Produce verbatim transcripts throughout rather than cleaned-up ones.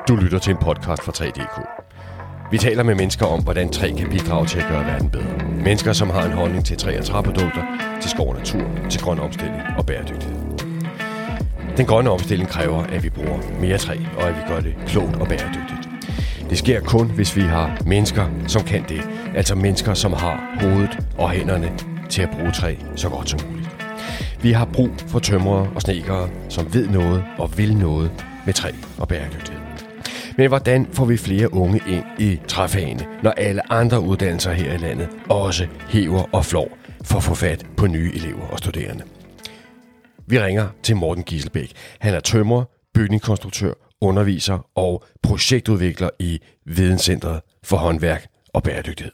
Du lytter til en podcast fra tre punktum d k. Vi taler med mennesker om, hvordan træ kan bidrage til at gøre verden bedre. Mennesker, som har en holdning til træ og træprodukter, til skov og natur, til grøn omstilling og bæredygtighed. Den grønne omstilling kræver, at vi bruger mere træ, og at vi gør det klogt og bæredygtigt. Det sker kun, hvis vi har mennesker, som kan det. Altså mennesker, som har hovedet og hænderne til at bruge træ så godt som muligt. Vi har brug for tømrere og snedkere, som ved noget og vil noget med træ og bæredygtighed. Men hvordan får vi flere unge ind i træfagene, når alle andre uddannelser her i landet også hæver og flår for at få fat på nye elever og studerende? Vi ringer til Morten Gisselbæk. Han er tømrer, bygningskonstruktør, underviser og projektudvikler i Videnscentret for håndværk og bæredygtighed.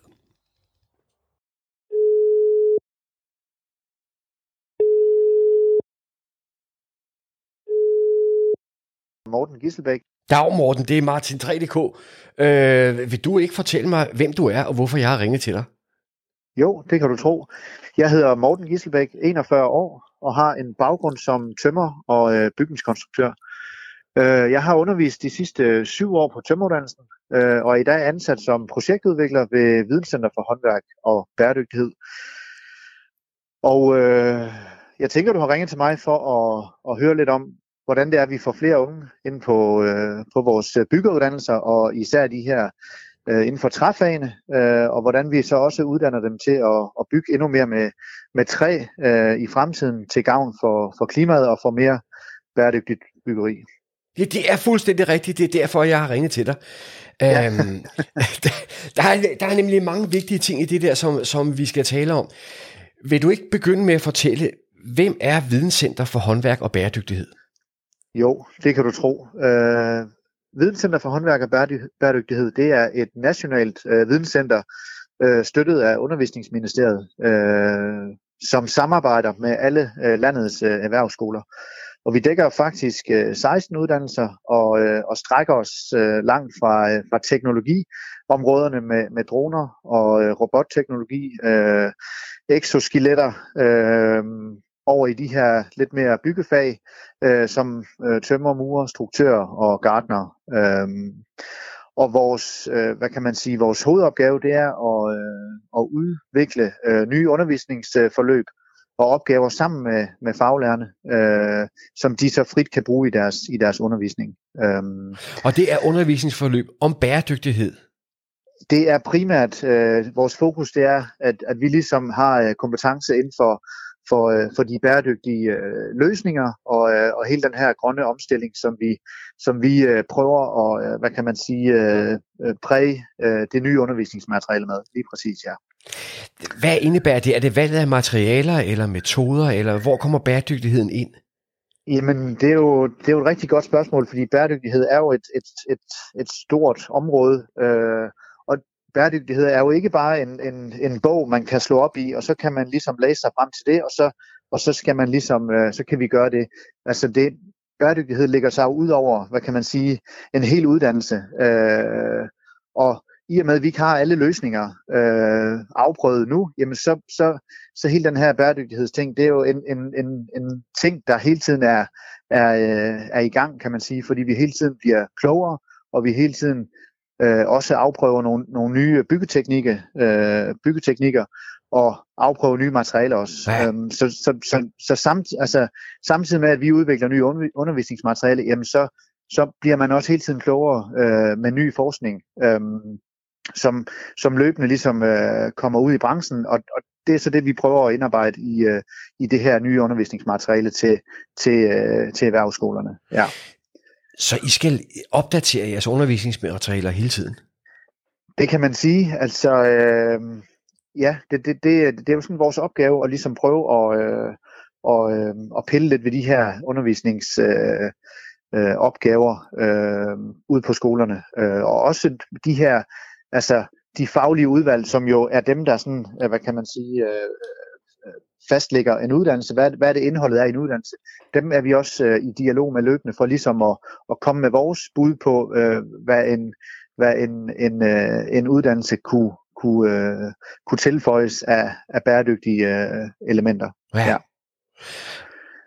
Morten Gisselbæk. Dag Morten, det er Martin tre punktum d k. Øh, vil du ikke fortælle mig, hvem du er og hvorfor jeg har ringet til dig? Jo, det kan du tro. Jeg hedder Morten Gisselbæk, enogfyrre år, og har en baggrund som tømrer og øh, bygningskonstruktør. Øh, jeg har undervist de sidste syv år på tømreruddannelsen, øh, og er i dag ansat som projektudvikler ved Videnscenter for håndværk og bæredygtighed. Og øh, jeg tænker, du har ringet til mig for at, at høre lidt om, hvordan det er, at vi får flere unge ind på, øh, på vores byggeruddannelser, og især de her øh, inden for træfagene, øh, og hvordan vi så også uddanner dem til at, at bygge endnu mere med, med træ øh, i fremtiden til gavn for, for klimaet og for mere bæredygtigt byggeri. Ja, det er fuldstændig rigtigt. Det er derfor, jeg har ringet til dig. Ja. Øhm, der, der, er, der er nemlig mange vigtige ting i det der, som, som vi skal tale om. Vil du ikke begynde med at fortælle, hvem er Videnscenter for håndværk og bæredygtighed? Jo, det kan du tro. Øh, Videnscenter for håndværk og bæredygtighed, det er et nationalt øh, videnscenter, øh, støttet af Undervisningsministeriet, øh, som samarbejder med alle øh, landets øh, erhvervsskoler. Og vi dækker faktisk øh, seksten uddannelser og, øh, og strækker os øh, langt fra, øh, fra teknologiområderne med, med droner og øh, robotteknologi, øh, exoskeletter, øh, over i de her lidt mere byggefag, øh, som øh, tømrer, murer, struktører og gartner. Øhm, og vores, øh, hvad kan man sige, vores hovedopgave, det er at, øh, at udvikle øh, nye undervisningsforløb og opgaver sammen med, med faglærerne, øh, som de så frit kan bruge i deres, i deres undervisning. Øhm, og det er undervisningsforløb om bæredygtighed? Det er primært, øh, vores fokus, det er, at, at vi ligesom har øh, kompetence inden for For, øh, for de bæredygtige øh, løsninger og, øh, og hele den her grønne omstilling, som vi, som vi øh, prøver at, øh, hvad kan man sige, øh, præge øh, det nye undervisningsmateriale med. Lige præcis, ja. Hvad indebærer det? Er det valget af materialer eller metoder, eller hvor kommer bæredygtigheden ind? Jamen, det er jo, det er jo et rigtig godt spørgsmål, fordi bæredygtighed er jo et, et, et, et stort område, øh, og bæredygtighed er jo ikke bare en, en, en bog, man kan slå op i, og så kan man ligesom læse sig frem til det, og så, og så skal man ligesom, øh, så kan vi gøre det. Altså det, bæredygtighed ligger sig ud over, hvad kan man sige, en hel uddannelse. Øh, og i og med, at vi ikke har alle løsninger øh, afprøvet nu, jamen så, så, så hele den her bæredygtighedsting, det er jo en, en, en, en ting, der hele tiden er, er, er i gang, kan man sige, fordi vi hele tiden bliver klogere, og vi hele tiden Øh, også afprøve nogle, nogle nye byggeteknikker, øh, byggeteknikker og afprøve nye materialer også. Ja. Øhm, så så, så, så samt, altså, samtidig med, at vi udvikler nye undervisningsmateriale, jamen så, så bliver man også hele tiden klogere øh, med ny forskning, øh, som, som løbende ligesom øh, kommer ud i branchen, og, og det er så det, vi prøver at indarbejde i, øh, i det her nye undervisningsmateriale til, til, øh, til erhvervsskolerne. Ja. Så I skal opdatere jeres undervisningsmaterialer hele tiden? Det kan man sige. Altså, øh, ja, det, det, det, det er jo sådan vores opgave at ligesom prøve at, øh, og, øh, at pille lidt ved de her undervisningsopgaver øh, øh, ude på skolerne. Øh, og også de her, altså de faglige udvalg, som jo er dem, der sådan, hvad kan man sige, øh, fastlægger en uddannelse, hvad, hvad er det indholdet er i en uddannelse, dem er vi også øh, i dialog med løbende for ligesom at, at komme med vores bud på, øh, hvad, en, hvad en, en, øh, en uddannelse kunne, kunne, øh, kunne tilføjes af, af bæredygtige øh, elementer. Ja.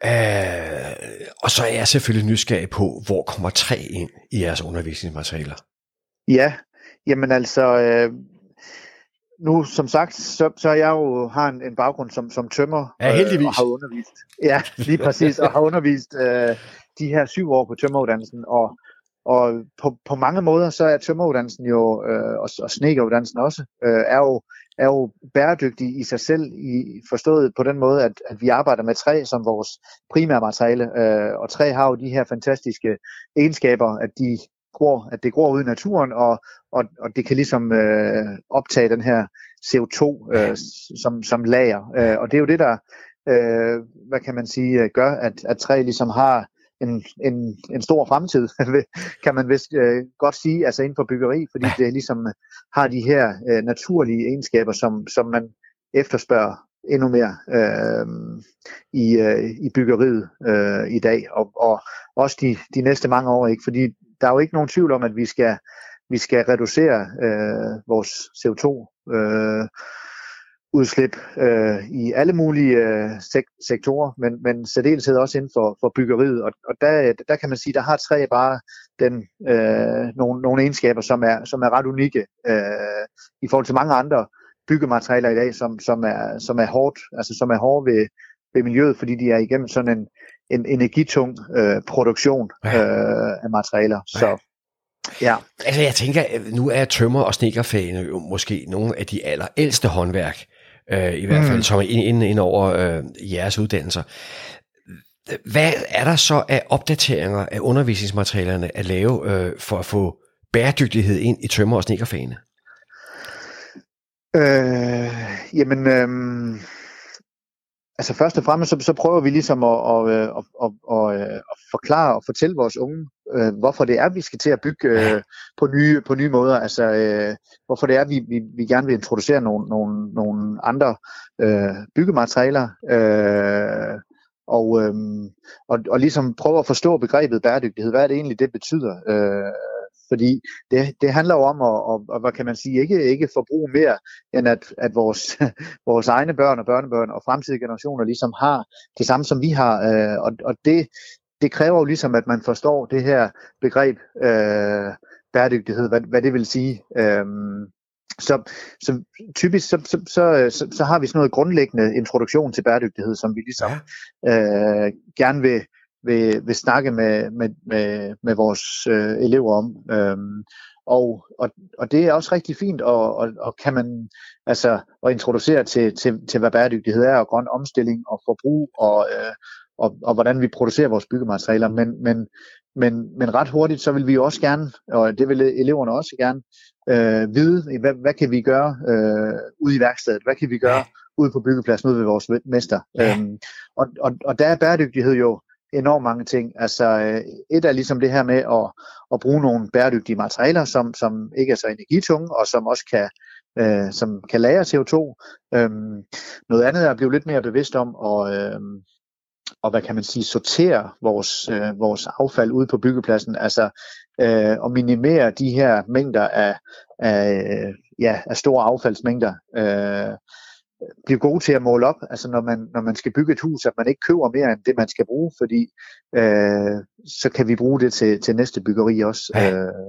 Øh, og så er jeg selvfølgelig nysgerrig på, hvor kommer træ ind i jeres undervisningsmaterialer? Ja, jamen altså, øh, nu som sagt, så, så jeg jo har en, en baggrund som, som tømrer, ja, heldigvis. øh, og har undervist. Ja, lige præcis, og har undervist øh, de her syv år på tømreruddannelsen, og Og på, på mange måder, så er tømreruddannelsen jo, øh, og, og snedkeruddannelsen også, øh, er, jo, er jo bæredygtig i sig selv, i, forstået på den måde, at, at vi arbejder med træ som vores primære materiale, øh, og træ har jo de her fantastiske egenskaber, at de gror, at det gror ude i naturen, og, og, og det kan ligesom øh, optage den her C O to øh, som, som lager, øh, og det er jo det, der, øh, hvad kan man sige, gør, at, at træ ligesom har En, en, en stor fremtid, kan man vist øh, godt sige, altså inden for byggeri, fordi det ligesom har de her øh, naturlige egenskaber, som, som man efterspørger endnu mere øh, i, øh, i byggeriet øh, i dag, og, og også de, de næste mange år, ikke? Fordi der er jo ikke nogen tvivl om, at vi skal, vi skal reducere øh, vores C O to øh, udslip øh, i alle mulige øh, sek- sektorer, men, men særdeleshed også inden for, for byggeriet. Og, og der, der kan man sige, der har træ bare den, øh, nogle, nogle egenskaber, som er, som er ret unikke øh, i forhold til mange andre byggematerialer i dag, som, som, er, som er hårdt, altså som er hårde ved, ved miljøet, fordi de er igennem sådan en, en energitung øh, produktion øh, af materialer. Så ja. Altså jeg tænker, nu er tømrer- og snedkerfagene jo måske nogle af de allerældste håndværk, øh, i hvert fald, mm. som er ind, ind over øh, jeres uddannelser. Hvad er der så af opdateringer af undervisningsmaterialerne at lave øh, for at få bæredygtighed ind i tømrer- og snedkerfagene? Øh, jamen, øh, altså først og fremmest, så, så prøver vi ligesom at, at, at, at, at, at forklare og fortælle vores unge, øh, hvorfor det er, vi skal til at bygge øh, på, nye, på nye måder. Altså, øh, hvorfor det er, vi, vi, vi gerne vil introducere nogle, nogle, nogle andre øh, byggematerialer. Øh, og, øh, og, og ligesom prøve at forstå begrebet bæredygtighed. Hvad er det egentlig, det betyder? Øh, Fordi det, det handler jo om at, at, at, hvad kan man sige, ikke, ikke forbruge mere, end at, at vores, vores egne børn og børnebørn og fremtidige generationer ligesom har det samme, som vi har. Øh, og og det, det kræver jo ligesom, at man forstår det her begreb øh, bæredygtighed, hvad, hvad det vil sige. Øh, så, så typisk så, så, så, så, så har vi sådan noget grundlæggende introduktion til bæredygtighed, som vi ligesom øh, gerne vil Vil, vil snakke med, med, med, med vores øh, elever om. Øhm, og, og, og det er også rigtig fint, og, og, og kan man altså at introducere til, til, til, hvad bæredygtighed er, og grøn omstilling, og forbrug, og, øh, og, og hvordan vi producerer vores byggematerialer. Men, men, men, men ret hurtigt, så vil vi også gerne, og det vil eleverne også gerne, øh, vide, hvad, hvad kan vi gøre øh, ude i værkstedet? Hvad kan vi gøre ude på byggepladsen, ude ved vores mester? Øhm, og, og, og der er bæredygtighed jo enormt mange ting. Altså et er ligesom det her med at, at bruge nogle bæredygtige materialer, som, som ikke er så energitunge, og som også kan, øh, som kan lagre C O to. Øhm, noget andet er at blive lidt mere bevidst om at, øh, og hvad kan man sige, sortere vores, øh, vores affald ude på byggepladsen, altså øh, at minimere de her mængder af, af, ja, af store affaldsmængder. Øh, blive gode til at måle op, altså når man, når man skal bygge et hus, at man ikke køber mere end det, man skal bruge, fordi øh, så kan vi bruge det til, til næste byggeri også. Ja. Øh,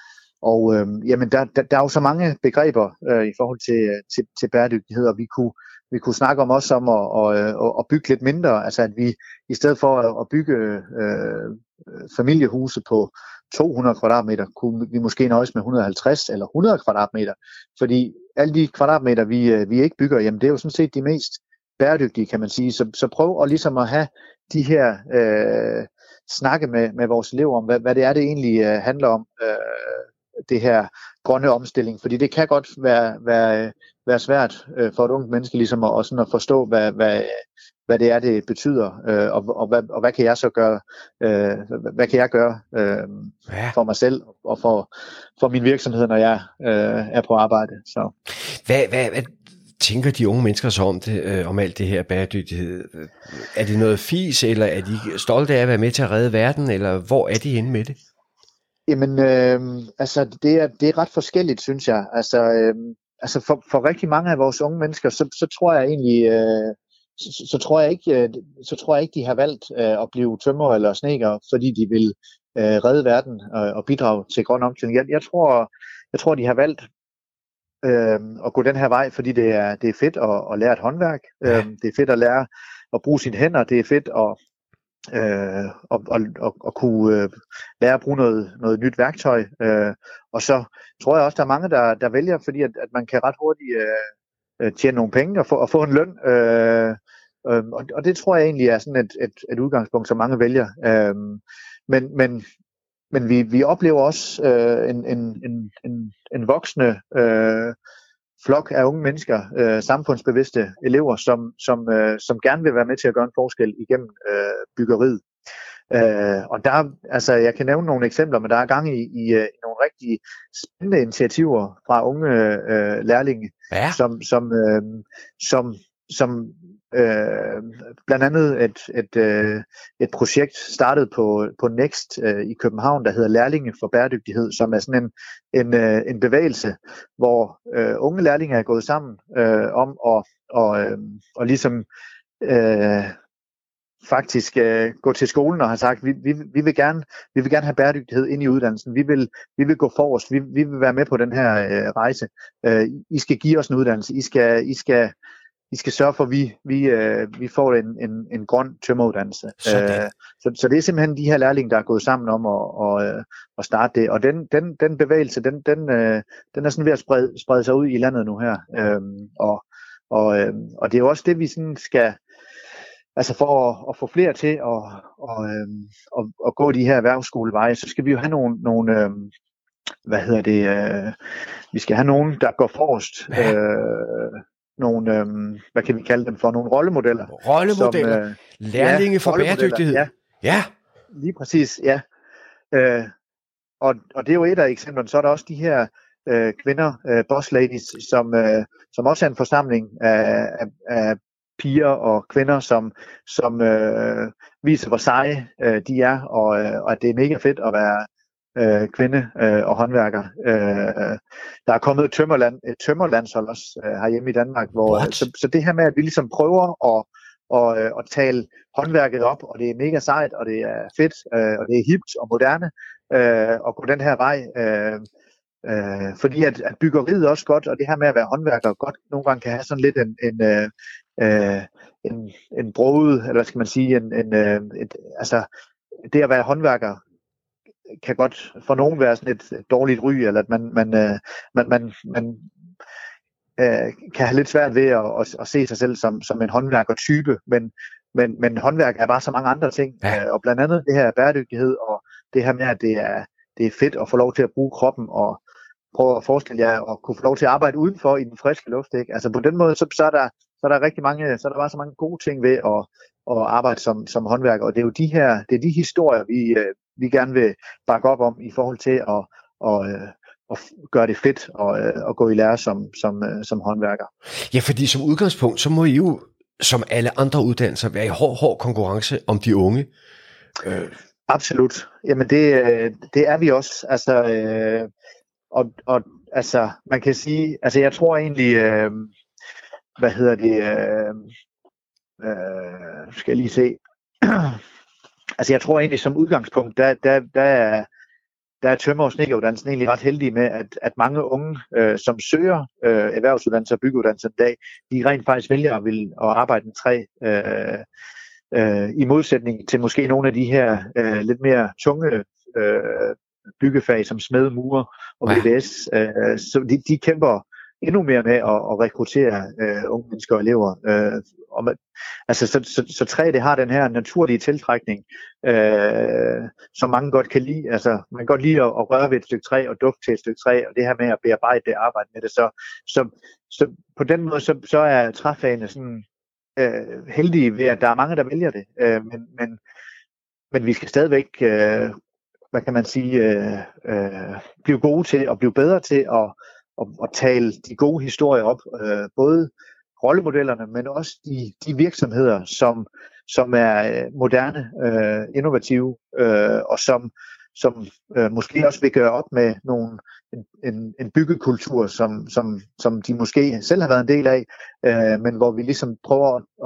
og øh, jamen, der, der, der er jo så mange begreber øh, i forhold til, til, til bæredygtighed, og vi kunne, vi kunne snakke om også om at, at, at, at bygge lidt mindre, altså at vi i stedet for at, at bygge øh, familiehuse på to hundrede kvadratmeter, kunne vi måske nøjes med et hundrede og halvtreds eller hundrede kvadratmeter, fordi alle de kvadratmeter, vi, vi ikke bygger, jamen det er jo sådan set de mest bæredygtige, kan man sige. Så, så prøv at ligesom at have de her øh, snakke med, med vores elever om, hvad, hvad det er, det egentlig øh, handler om, øh, det her grønne omstilling. Fordi det kan godt være, være, være svært øh, for et ungt menneske ligesom at, sådan at forstå, hvad, hvad, hvad det er, det betyder, øh, og, og, hvad, og hvad kan jeg så gøre, øh, hvad, hvad kan jeg gøre øh, ja. for mig selv og for, for min virksomhed, når jeg øh, er på arbejde. Så. Hvad, hvad, hvad tænker de unge mennesker så om det, øh, om alt det her bæredygtighed? Er det noget fis, eller er de stolte af at være med til at redde verden, eller hvor er de henne med det? Jamen, øh, altså det er, det er ret forskelligt, synes jeg. Altså, øh, altså for, for rigtig mange af vores unge mennesker, så, så tror jeg egentlig, øh, så, så, tror jeg ikke, så tror jeg ikke, de har valgt øh, at blive tømrer eller snedker, fordi de vil øh, redde verden og, og bidrage til grøn omstilling. Jeg, jeg, tror, jeg tror, de har valgt øh, at gå den her vej, fordi det er, det er fedt at, at lære et håndværk. Ja. Øh, det er fedt at lære at bruge sine hænder. Det er fedt at Øh, og, og, og, og kunne øh, lære at bruge noget, noget nyt værktøj. Øh, og så tror jeg også, der er mange, der, der vælger, fordi at, at man kan ret hurtigt øh, tjene nogle penge og få, og få en løn. Øh, øh, og, og det tror jeg egentlig er sådan et, et, et udgangspunkt, som mange vælger. Øh, men men, men vi, vi oplever også øh, en, en, en, en, en voksende øh, flok af unge mennesker, øh, samfundsbevidste elever, som, som, øh, som gerne vil være med til at gøre en forskel igennem øh, byggeriet. Øh, og der, altså jeg kan nævne nogle eksempler, men der er gang i, i, i nogle rigtig spændende initiativer fra unge øh, lærlinge, ja. som, som, øh, som, som øh, blandt andet et, et, øh, et projekt startet på, på Next øh, i København, der hedder Lærlinge for Bæredygtighed, som er sådan en, en, øh, en bevægelse, hvor øh, unge lærlinge er gået sammen øh, om at og, øh, og ligesom øh, faktisk øh, gå til skolen og har sagt, vi, vi, vi, vil gerne, vi vil gerne have bæredygtighed ind i uddannelsen. Vi vil, vi vil gå forrest. Vi, vi vil være med på den her øh, rejse. Øh, I skal give os en uddannelse. I skal, I skal, I skal sørge for, at vi, vi, øh, vi får en, en, en grøn tømmeruddannelse. Øh, så, så det er simpelthen de her lærlinge, der er gået sammen om at, og, øh, at starte det. Og den, den, den bevægelse, den, den, øh, den er sådan ved at sprede, sprede sig ud i landet nu her. Øh, og, og, øh, og det er jo også det, vi sådan skal... Altså for at, at få flere til at, og, øhm, at, at gå de her erhvervsskoleveje, så skal vi jo have nogle, nogle øhm, hvad hedder det, øh, vi skal have nogen, der går forrest, øh, nogle, øhm, hvad kan vi kalde dem for, nogle rollemodeller. Rollemodeller, som, øh, lærlinge ja, for bæredygtighed. Ja. ja, lige præcis, ja. Øh, og, og det er jo et af eksemplerne, så er der også de her øh, kvinder, øh, boss ladies, som, øh, som også er en forsamling af, af, af piger og kvinder, som, som øh, viser, hvor seje øh, de er, og, øh, og at det er mega fedt at være øh, kvinde øh, og håndværker. Øh, der er kommet et, tømmerland, et tømmerlandshold også øh, herhjemme i Danmark, hvor så, så det her med, at vi ligesom prøver at, og, øh, at tale håndværket op, og det er mega sejt, og det er fedt, øh, og det er hipt og moderne, øh, at gå den her vej, øh, øh, fordi at, at byggeriet er også godt, og det her med at være håndværker godt nogle gange kan have sådan lidt en, en øh, Uh, en, en broget, eller hvad skal man sige, en, en, uh, et, altså det at være håndværker kan godt for nogen være sådan et dårligt ry, eller at man, man, uh, man, man, man uh, kan have lidt svært ved at, at, at se sig selv som, som en håndværkertype, men, men, men håndværk er bare så mange andre ting, ja. uh, og blandt andet det her bæredygtighed, og det her med, at det er, det er fedt at få lov til at bruge kroppen, og prøve at forestille jer at kunne få lov til at arbejde udenfor i den friske luft, ikke? Altså på den måde, så, så er der Så er der rigtig mange, så er der bare så mange gode ting ved at, at arbejde som, som håndværker, og det er jo de her, det er de historier, vi, vi gerne vil bakke op om i forhold til at, at, at gøre det fedt og at gå i lære som, som, som håndværker. Ja, fordi som udgangspunkt, så må I jo, som alle andre uddannelser, være i hård, hård konkurrence om de unge. Øh. Absolut. Jamen det, det er vi også. Altså, øh, og, og altså, man kan sige, altså jeg tror egentlig, øh, hvad hedder det, øh, øh, skal jeg lige se, altså jeg tror egentlig som udgangspunkt, der, der, der er, der er tømmer- og snedkeruddannelsen egentlig ret heldige med, at, at mange unge, øh, som søger øh, erhvervsuddannelser og byggeuddannelser i dag, de rent faktisk vælger at, vil, at arbejde med træ, øh, øh, i modsætning til måske nogle af de her øh, lidt mere tunge øh, byggefag, som smed, murer og V V S, øh, så de, de kæmper endnu mere med at, at rekruttere øh, unge mennesker og elever. Øh, og man, altså, så, så, så træ, det har den her naturlige tiltrækning, øh, som mange godt kan lide. Altså, man kan godt lide at, at røre ved et stykke træ og dufte til et stykke træ, og det her med at bearbejde det, arbejde med det. Så, så, så på den måde, så, så er træfagene sådan øh, heldige ved, at der er mange, der vælger det. Øh, men, men, men vi skal stadigvæk, øh, hvad kan man sige, øh, øh, blive gode til og blive bedre til at Og, og tale de gode historier op, øh, både rollemodellerne, men også de, de virksomheder, som, som er øh, moderne, øh, innovative, øh, og som, som øh, måske også vil gøre op med nogle, en, en byggekultur, som, som, som de måske selv har været en del af, øh, men hvor vi ligesom prøver at,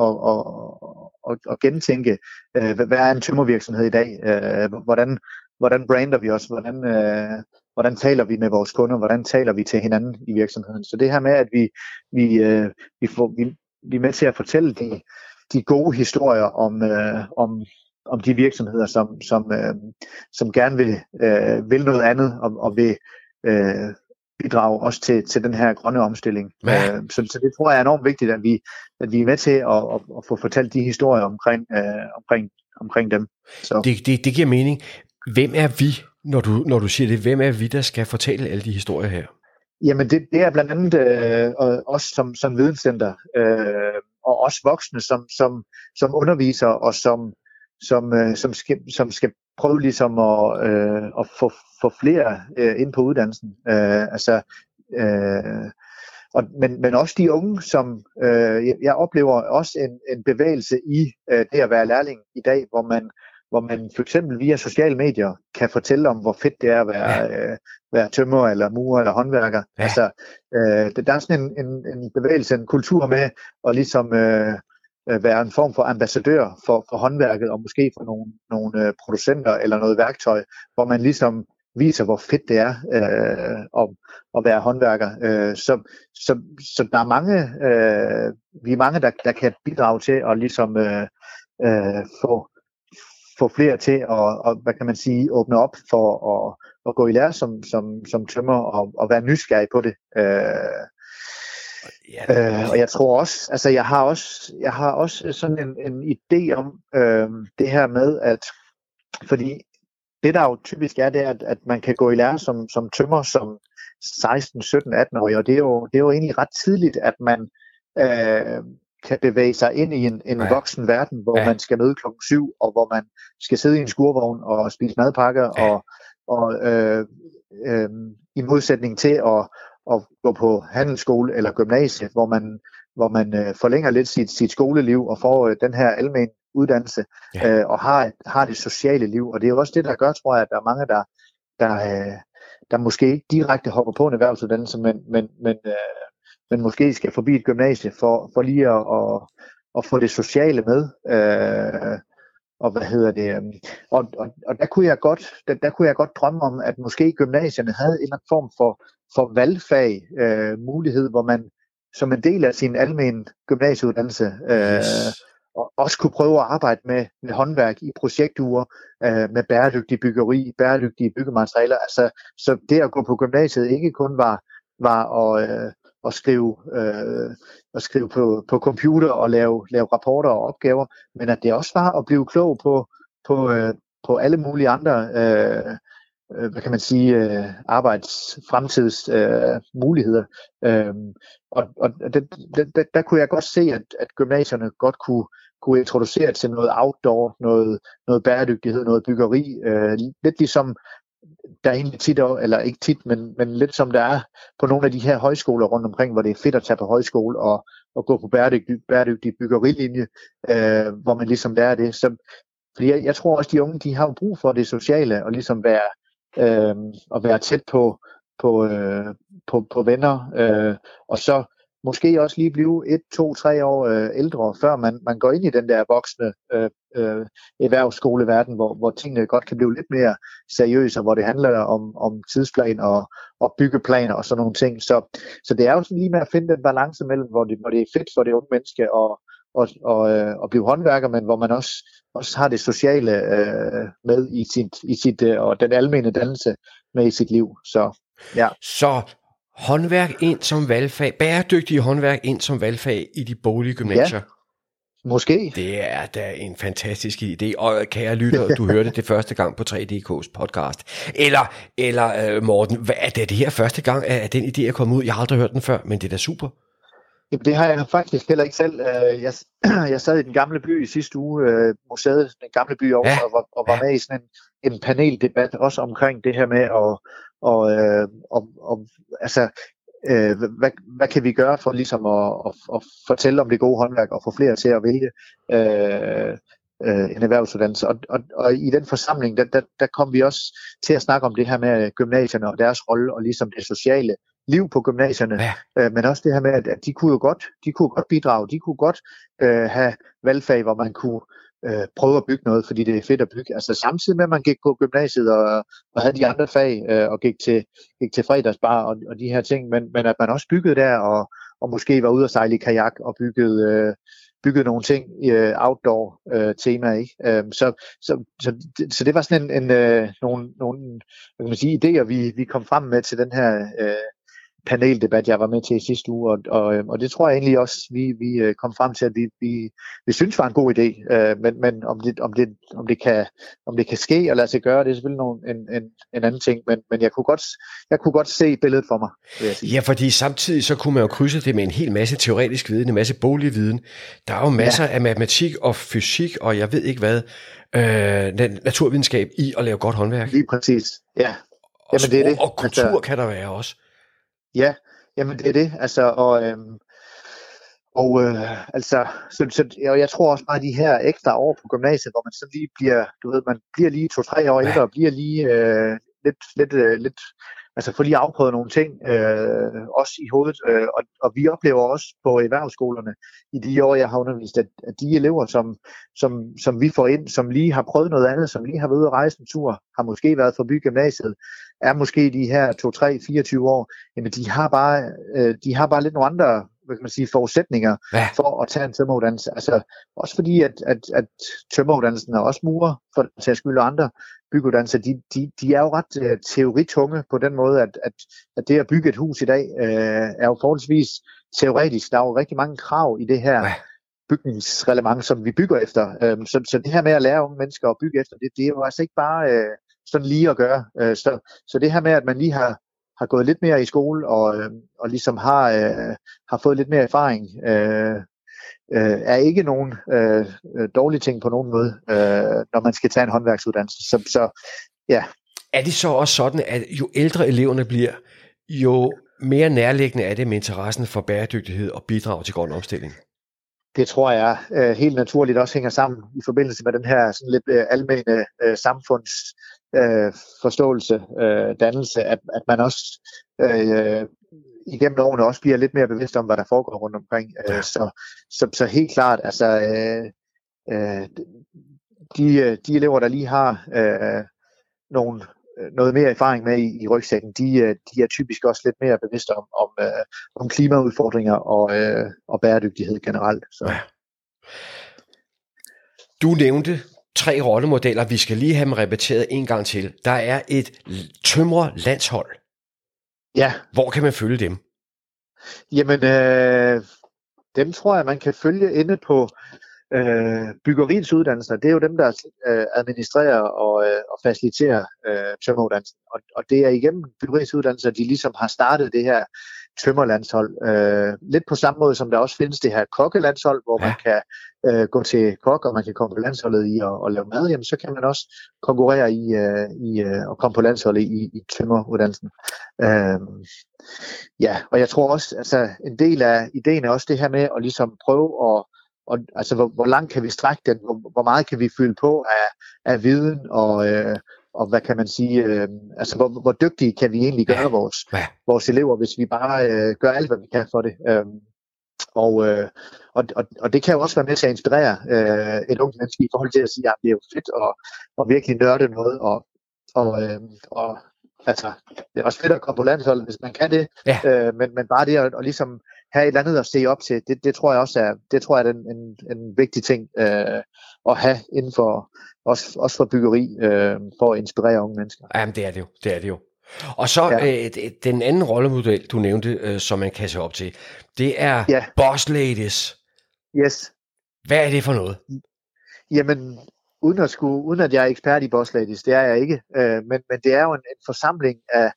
at, at, at gentænke, øh, hvad er en tømmervirksomhed i dag, øh, hvordan, hvordan brander vi os, hvordan, øh, hvordan taler vi med vores kunder, hvordan taler vi til hinanden i virksomheden. Så det her med, at vi, vi, øh, vi, får, vi, vi er med til at fortælle de, de gode historier om, øh, om om de virksomheder, som, som, øh, som gerne vil, øh, vil noget andet, og, og vil øh, bidrage også til, til den her grønne omstilling. Ja. Øh, så, så det tror jeg er enormt vigtigt, at vi, at vi er med til at, at, at få fortalt de historier omkring, øh, omkring, omkring dem. Så. Det, det, det giver mening. Hvem er vi, når du, når du siger det? Hvem er vi, der skal fortælle alle de historier her? Jamen det, det er blandt andet øh, os som, som videnscenter, øh, og os voksne, som, som, som underviser, og som Som, øh, som, skal, som skal prøve ligesom at, øh, at få, få flere øh, ind på uddannelsen. Øh, altså, øh, og, men, men også de unge, som øh, jeg, jeg oplever også en, en bevægelse i øh, det at være lærling i dag, hvor man, hvor man for eksempel via sociale medier kan fortælle om, hvor fedt det er at være, ja. øh, være tømrer eller murer eller håndværker. Ja. Altså, øh, det, der er sådan en, en, en bevægelse, en kultur med at ligesom Øh, være en form for ambassadør for, for håndværket, og måske for nogle, nogle øh, producenter eller noget værktøj, hvor man ligesom viser, hvor fedt det er øh, at, at være håndværker. Øh, så, så, så der er mange, øh, vi er mange, der, der kan bidrage til at ligesom øh, øh, få, få flere til at, og, hvad kan man sige, åbne op for at, at gå i lære som, som, som tømrer og, og være nysgerrig på det. Øh, Ja, øh, og jeg tror også, altså jeg har også, jeg har også sådan en, en idé om øh, det her med, at fordi det der jo typisk er, det er, at, at man kan gå i lære som, som tømrer som seksten, sytten, atten-årig, og det er, jo, det er jo egentlig ret tidligt, at man øh, kan bevæge sig ind i en, en ja. voksen verden, hvor ja. man skal møde klokken syv, og hvor man skal sidde i en skurvogn og spise madpakker, ja. og, og øh, øh, i modsætning til at at gå på handelsskole eller gymnasie, hvor man, hvor man øh, forlænger lidt sit, sit skoleliv og får øh, den her almen uddannelse, ja. øh, og har, har det sociale liv. Og det er jo også det, der gør, tror jeg, at der er mange, der, der, øh, der måske ikke direkte hopper på en erhvervsuddannelse, men, men, men, øh, men måske skal forbi et gymnasie for, for lige at, at, at få det sociale med. Øh, og hvad hedder det? Og, og, og der kunne jeg godt, der, der kunne jeg godt drømme om, at måske gymnasierne havde en eller anden form for for valgfag øh, mulighed, hvor man som en del af sin almen gymnasieuddannelse øh, yes. også kunne prøve at arbejde med, med håndværk i projektuger, øh, med bæredygtig byggeri, bæredygtige byggematerialer. Altså, så det at gå på gymnasiet ikke kun var, var at, øh, at skrive, øh, at skrive på, på computer og lave, lave rapporter og opgaver, men at det også var at blive klog på, på, øh, på alle mulige andre øh, hvad kan man sige, øh, arbejds fremtids øh, muligheder. Øhm, og og det, det, det, der kunne jeg godt se, at, at gymnasierne godt kunne, kunne introducere til noget outdoor, noget, noget bæredygtighed, noget byggeri. Øh, lidt ligesom der egentlig tit, eller ikke tit, men, men lidt som der er på nogle af de her højskoler rundt omkring, hvor det er fedt at tage på højskole og, og gå på bæredygtig, bæredygtig byggerilinje, øh, hvor man ligesom lærer det. Så, fordi jeg, jeg tror også, de unge, de har jo brug for det sociale, og ligesom være Øh, at være tæt på på, øh, på, på venner, øh, og så måske også lige blive et, to, tre år øh, ældre, før man, man går ind i den der voksne øh, øh, erhvervsskoleverden, hvor, hvor tingene godt kan blive lidt mere seriøse, og hvor det handler om, om tidsplan og, og byggeplaner og sådan nogle ting. Så, så det er jo sådan lige med at finde den balance mellem, hvor det, hvor det er fedt for det unge menneske og Og, og, øh, og blive håndværker, men hvor man også, også har det sociale øh, med i sit, i sit øh, og den almene dannelse med i sit liv. Så, ja. Så håndværk ind som valgfag, bæredygtige håndværk ind som valgfag i de boglige gymnasier. Ja, måske. Det er da en fantastisk idé, og kære lytter, du hørte det første gang på tre D K's podcast. Eller, eller øh, Morten, hvad er det, det her første gang, at den idé er kommet ud? Jeg har aldrig hørt den før, men det er da super. Jamen, det har jeg faktisk heller ikke selv. Jeg, jeg sad i Den Gamle By i sidste uge, museet Den Gamle By også, ja. og, var, og var med i sådan en, en paneldebat også omkring det her med at, og, og, og, altså, hvad, hvad kan vi gøre for ligesom at, at, at fortælle om det gode håndværk og få flere til at vælge. øh, en erhvervsuddannelse. Og, og, og i den forsamling, der, der, der kom vi også til at snakke om det her med gymnasierne og deres rolle, og ligesom det sociale liv på gymnasierne, Ja. øh, men også det her med, at, at de kunne jo godt, de kunne godt bidrage, de kunne godt øh, have valgfag, hvor man kunne øh, prøve at bygge noget, fordi det er fedt at bygge. Altså samtidig med, at man gik på gymnasiet og, og havde de andre fag, øh, og gik til, gik til fredagsbar og, og de her ting, men, men at man også byggede der, og, og måske var ude at sejle i kajak og byggede, øh, byggede nogle ting i øh, outdoor øh, tema, ikke? Øh, så, så, så, det, så det var sådan en, en øh, nogle, nogle hvad kan man sige, idéer, vi, vi kom frem med til den her øh, paneldebat, jeg var med til i sidste uge, og, og, og det tror jeg egentlig også, vi, vi kom frem til, at vi, vi, vi synes var en god idé, øh, men, men om, det, om, det, om, det kan, om det kan ske og lade sig gøre, det er selvfølgelig nogle, en, en, en anden ting, men, men jeg, kunne godt, jeg kunne godt se billedet for mig, vil jeg sige. Ja, fordi samtidig så kunne man jo krydse det med en hel masse teoretisk viden, en masse boglig viden. Der er jo masser ja. af matematik og fysik, og jeg ved ikke hvad, øh, naturvidenskab i at lave godt håndværk. Lige præcis, ja. Og, Jamen, det er det. Og kultur altså, kan der være også. Ja, jamen det er det, altså, og, øhm, og øh, altså, så, så, og jeg tror også bare, de her ekstra år på gymnasiet, hvor man så lige bliver, du ved, man bliver lige to-tre år ældre, og bliver lige øh, lidt, lidt, øh, lidt, altså får lige afprøvet nogle ting, øh, også i hovedet, øh, og, og vi oplever også på erhvervsskolerne, i de år, jeg har undervist, at, at de elever, som, som, som vi får ind, som lige har prøvet noget andet, som lige har været ude at rejse en tur, har måske været forbi gymnasiet, er måske de her to, tre, fireogtyve år, jamen de har bare, øh, de har bare lidt nogle andre, hvad kan man sige, forudsætninger ja. for at tage en tømmeruddannelse. Altså også fordi, at, at, at tømmeruddannelsen er også murer, for at tage skyld, og andre byggeuddannelser, de, de, de er jo ret øh, teoritunge på den måde, at, at, at det at bygge et hus i dag, øh, er jo forholdsvis teoretisk. Der er jo rigtig mange krav i det her ja. bygningsreglement, som vi bygger efter. Øh, så, så det her med at lære unge mennesker at bygge efter, det, det er jo altså ikke bare øh, sådan lige at gøre. Øh, så, så det her med, at man lige har har gået lidt mere i skole og, øh, og ligesom har, øh, har fået lidt mere erfaring, øh, øh, er ikke nogen øh, dårlige ting på nogen måde, øh, når man skal tage en håndværksuddannelse. Så, så ja. Er det så også sådan, at jo ældre eleverne bliver, jo mere nærliggende er det med interessen for bæredygtighed og bidrag til grøn omstilling? Det tror jeg øh, helt naturligt også hænger sammen i forbindelse med den her sådan lidt øh, almene øh, samfunds øh, forståelse, øh, dannelse, at, at man også øh, igennem årene også bliver lidt mere bevidst om, hvad der foregår rundt omkring. Øh, så, så, så helt klart, altså øh, øh, de, de elever, der lige har øh, nogle noget mere erfaring med i, i rygsækken, de, de er typisk også lidt mere bevidste om, om, øh, om klimaudfordringer og, øh, og bæredygtighed generelt. Så. Ja. Du nævnte tre rollemodeller. Vi skal lige have dem repeteret en gang til. Der er et tømrerlandshold. Ja. Hvor kan man følge dem? Jamen, øh, dem tror jeg, man kan følge inde på Øh, byggeriets uddannelser. Det er jo dem, der øh, administrerer og, øh, og faciliterer øh, tømmeruddannelsen. Og, og det er igennem byggeriets uddannelser, de ligesom har startet det her tømmerlandshold. Øh, lidt på samme måde, som der også findes det her kokkelandshold, hvor ja. man kan øh, gå til kok, og man kan komme på landsholdet i at, at lave mad. Jamen, så kan man også konkurrere i, øh, i øh, og komme på landsholdet i, i tømmeruddannelsen. Øh, ja, og jeg tror også, altså en del af ideen er også det her med at ligesom prøve at Og, altså, hvor, hvor langt kan vi strække den? Hvor, hvor meget kan vi fylde på af, af viden? Og, øh, og hvad kan man sige? Øh, altså, hvor, hvor dygtige kan vi egentlig gøre vores, vores elever, hvis vi bare øh, gør alt, hvad vi kan for det? Øh, og, øh, og, og, og det kan jo også være med til at inspirere øh, et ungt menneske i forhold til at sige, at det er jo fedt at, at virkelig nørde noget. Og, og, øh, og altså, det er også fedt at komme på landsholdet, hvis man kan det. Ja. Øh, men, men bare det at, at ligesom have et eller andet at se op til, det, det tror jeg også er, det tror jeg er en, en, en vigtig ting øh, at have inden for, også, også for byggeri, øh, for at inspirere unge mennesker. Jamen det er det jo, det er det jo. Og så ja. øh, den anden rollemodel, du nævnte, øh, som man kan se op til, det er ja. Boss Ladies. Yes. Hvad er det for noget? Jamen, uden at, skulle, uden at jeg er ekspert i Boss Ladies, det er jeg ikke, øh, men, men det er jo en, en forsamling af,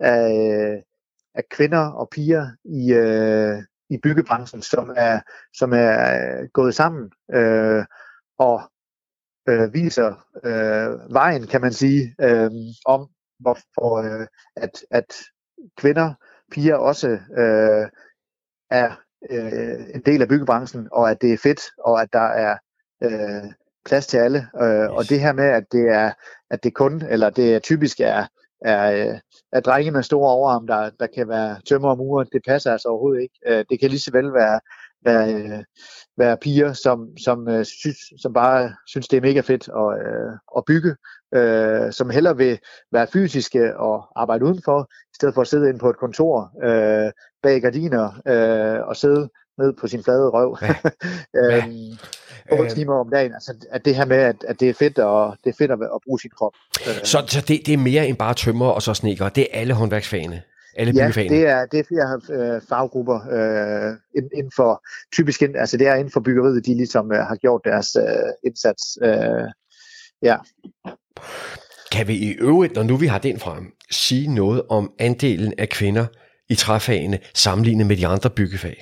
af af kvinder og piger i, øh, i byggebranchen, som er, som er gået sammen øh, og øh, viser øh, vejen, kan man sige, øh, om hvorfor øh, at, at kvinder, piger også øh, er øh, en del af byggebranchen, og at det er fedt, og at der er øh, plads til alle, øh, yes. Og det her med, at det er, at det kun, eller det er typisk er, er, er drenge med store overarm, der, der kan være tømmer og murer, det passer altså overhovedet ikke. Øh, det kan lige så vel være, være, være piger, som, som, øh, synes, som bare synes, det er mega fedt at, øh, at bygge, øh, som hellere vil være fysiske og arbejde udenfor, i stedet for at sidde inde på et kontor øh, bag gardiner øh, og sidde ned på sin flade røv. øhm, otte timer om dagen. Altså, at det her med, at, at det er fedt, og det er fedt at, at bruge sin krop. Så, så det, det er mere end bare tømrer og så snedker. Det er alle håndværksfagene? Alle ja, byggefagene? det er, det er flere øh, faggrupper øh, inden for, typisk inden, altså det er inden for byggeriet, de ligesom øh, har gjort deres øh, indsats. Øh, ja. Kan vi i øvrigt, når nu vi har den frem, sige noget om andelen af kvinder i træfagene sammenlignet med de andre byggefag?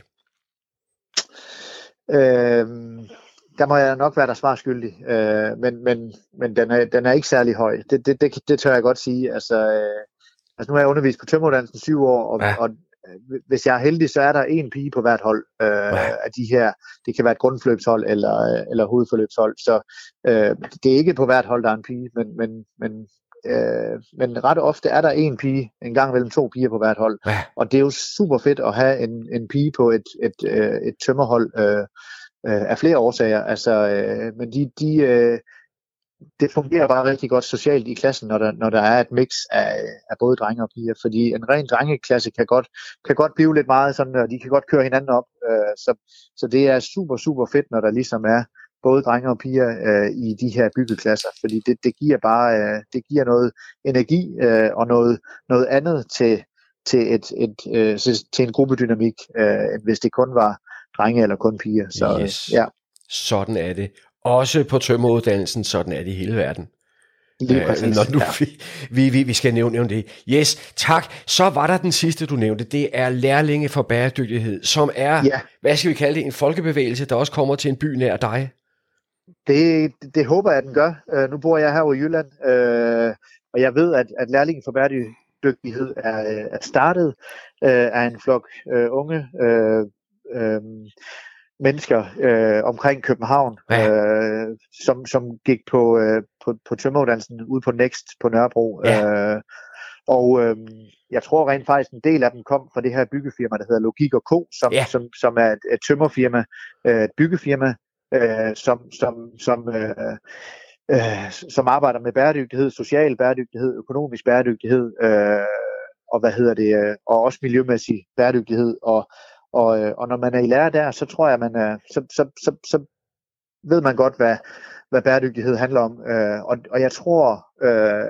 Øh, der må jeg nok være der svarskyldig, øh, men, men, men den, er, den er ikke særlig høj. Det, det, det, det tør jeg godt sige. Altså, øh, altså nu har jeg undervist på tømreruddannelsen syv år, og, ja. og hvis jeg er heldig, så er der en pige på hvert hold øh, ja. af de her. Det kan være et grundforløbshold eller, eller hovedforløbshold, så øh, det er ikke på hvert hold, der er en pige, men, men, men Øh, men ret ofte er der en pige, en gang mellem to piger på hvert hold, ja. Og det er jo super fedt at have en, en pige på et, et, et, et tømmerhold øh, øh, af flere årsager, altså, øh, men de, de, øh, det fungerer bare rigtig godt socialt i klassen, når der, når der er et mix af, af både drenge og piger, fordi en ren drengeklasse kan godt, kan godt blive lidt meget sådan, og de kan godt køre hinanden op, øh, så, så det er super, super fedt, når der ligesom er både drenge og piger øh, i de her byggeklasser, fordi det, det giver bare øh, det giver noget energi øh, og noget, noget andet til, til, et, et, øh, til en gruppedynamik, øh, end hvis det kun var drenge eller kun piger. Så, yes. ja. Sådan er det. Også på tømreruddannelsen, sådan er det i hele verden. Lige præcis, øh, når nu ja. vi, vi, vi skal nævne, nævne det. Yes, tak. Så var der den sidste, du nævnte. Det er Lærlinge for Bæredygtighed, som er, ja. hvad skal vi kalde det, en folkebevægelse, der også kommer til en by nær dig. Det, det håber jeg, at den gør. Uh, nu bor jeg her i Jylland, uh, og jeg ved, at, at Lærlinge for Bæredygtighed er, er startet uh, af en flok uh, unge uh, uh, mennesker uh, omkring København, ja. uh, som, som gik på, uh, på, på tømreruddannelsen ude på Next på Nørrebro. Ja. Uh, og uh, jeg tror rent faktisk, en del af dem kom fra det her byggefirma, der hedder Logik og Co., som, ja. som, som er et, et tømmerfirma, uh, et byggefirma, Øh, som, som, som, øh, øh, som arbejder med bæredygtighed, social bæredygtighed, økonomisk bæredygtighed, øh, og hvad hedder det, øh, og også miljømæssig bæredygtighed. Og, og, øh, og når man er i lære der, så tror jeg, man er, så, så, så, så ved man godt, hvad, hvad bæredygtighed handler om. Øh, og, og jeg tror, øh,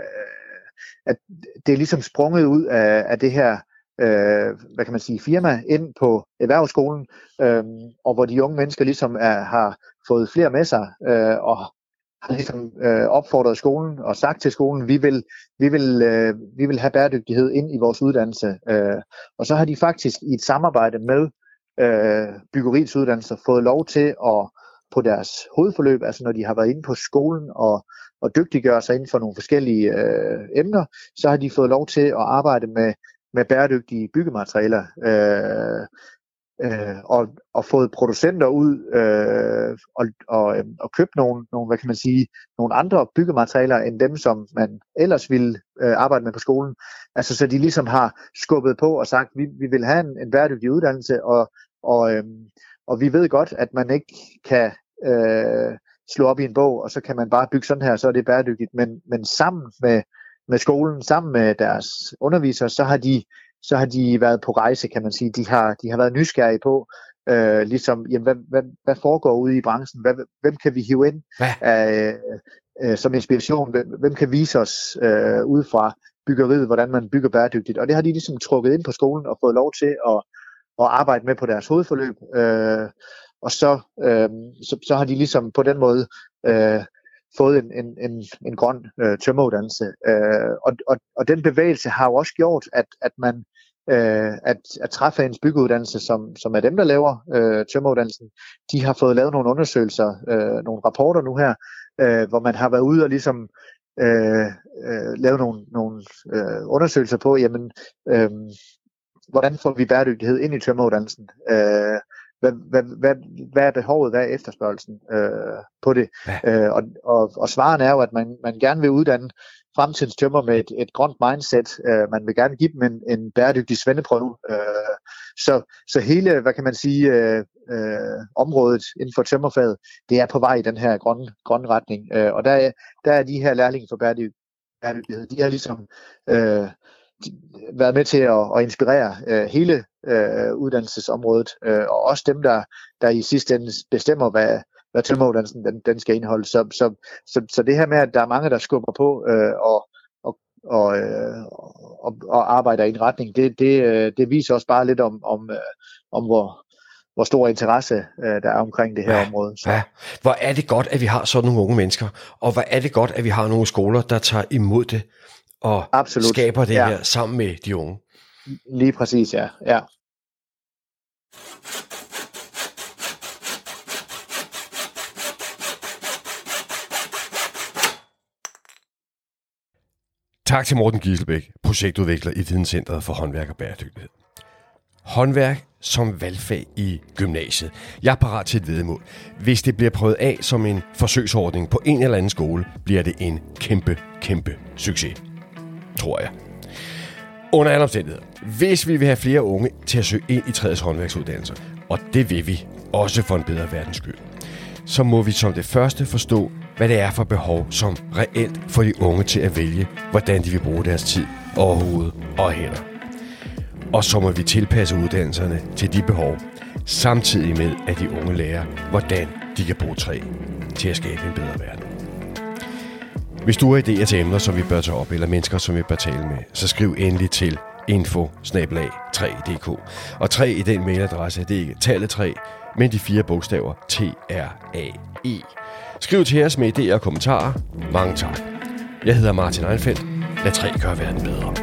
at det er ligesom sprunget ud af, af det her, Øh, hvad kan man sige, firma ind på erhvervsskolen, øh, og hvor de unge mennesker ligesom er, har fået flere med sig, øh, og har ligesom øh, opfordret skolen og sagt til skolen, vi vil, vi vil, øh, vi vil have bæredygtighed ind i vores uddannelse. Øh, og så har de faktisk i et samarbejde med øh, byggeriets uddannelser fået lov til at på deres hovedforløb, altså når de har været inde på skolen og, og dygtiggøre sig inden for nogle forskellige øh, emner, så har de fået lov til at arbejde med med bæredygtige byggematerialer, øh, øh, og, og fået producenter ud øh, og, og, øh, og købt nogle, nogle, hvad kan man sige, nogle andre byggematerialer end dem, som man ellers ville øh, arbejde med på skolen. Altså så de ligesom har skubbet på og sagt, vi, vi vil have en, en bæredygtig uddannelse, og, og, øh, og vi ved godt, at man ikke kan øh, slå op i en bog, og så kan man bare bygge sådan her, så er det bæredygtigt, men, men sammen med med skolen, sammen med deres undervisere, så har de, så har de været på rejse, kan man sige. De har, de har været nysgerrige på, øh, ligesom, jamen, hvad, hvad, hvad foregår ude i branchen? Hvad, hvem kan vi hive ind af, øh, som inspiration? Hvem, hvem kan vise os øh, ud fra byggeriet, hvordan man bygger bæredygtigt? Og det har de ligesom trukket ind på skolen og fået lov til at, at arbejde med på deres hovedforløb. Øh, og så, øh, så, så har de ligesom på den måde øh, fået en, en, en, en grøn øh, tømreruddannelse. Øh, og, og, og den bevægelse har jo også gjort, at, at man øh, at, at Træfagens byggeuddannelse, som, som er dem, der laver øh, tømreruddannelsen, de har fået lavet nogle undersøgelser, øh, nogle rapporter nu her, øh, hvor man har været ude og ligesom øh, øh, lave nogle, nogle øh, undersøgelser på, jamen, øh, hvordan får vi bæredygtighed ind i tømreruddannelsen? Øh, hvad, hvad, hvad, hvad er behovet, hvad er efterspørgelsen øh, på det. Ja. Øh, og, og, og svaren er jo, at man, man gerne vil uddanne fremtidens tømrer med et, et grønt mindset. Øh, man vil gerne give dem en, en bæredygtig svendeprøve. Øh, så, så hele, hvad kan man sige, øh, øh, området inden for tømmerfaget, det er på vej i den her grønne, grønne retning. Øh, og der er, der er de her lærlinge for bæredygtighed, de har ligesom øh, været med til at, at inspirere øh, hele øh, uddannelsesområdet, øh, og også dem, der, der i sidste ende bestemmer, hvad, hvad tømmeruddannelsen den, den skal indeholde. Så, så, så, så det her med, at der er mange, der skubber på øh, og, og, og, øh, og, og arbejder i en retning, det, det, det viser også bare lidt om, om, øh, om hvor, hvor stor interesse øh, der er omkring det her ja, område. Så. Ja. Hvor er det godt, at vi har sådan nogle unge mennesker, og hvor er det godt, at vi har nogle skoler, der tager imod det, og Absolut. skaber det ja. her sammen med de unge. Lige præcis, ja. ja. Tak til Morten Giselbæk, projektudvikler i Videnscentret for Håndværk og Bæredygtighed. Håndværk som valgfag i gymnasiet. Jeg er parat til et væddemål. Hvis det bliver prøvet af som en forsøgsordning på en eller anden skole, bliver det en kæmpe, kæmpe succes. Tror jeg. Under alle omstændigheder. Hvis vi vil have flere unge til at søge ind i træets håndværksuddannelser, og det vil vi, også for en bedre verdens skyld, så må vi som det første forstå, hvad det er for behov, som reelt får de unge til at vælge, hvordan de vil bruge deres tid og hoved og hænder. Og så må vi tilpasse uddannelserne til de behov, samtidig med, at de unge lærer, hvordan de kan bruge træ til at skabe en bedre verden. Hvis du har idéer til emner, som vi bør tage op, eller mennesker, som vi bør tale med, så skriv endelig til info bindestreg tre punktum d k. Og tre i den mailadresse, det er ikke tallet tre, men de fire bogstaver T R A E. Skriv til os med idéer og kommentarer. Mange tak. Jeg hedder Martin Einfeldt. Lad træ gøre verden bedre.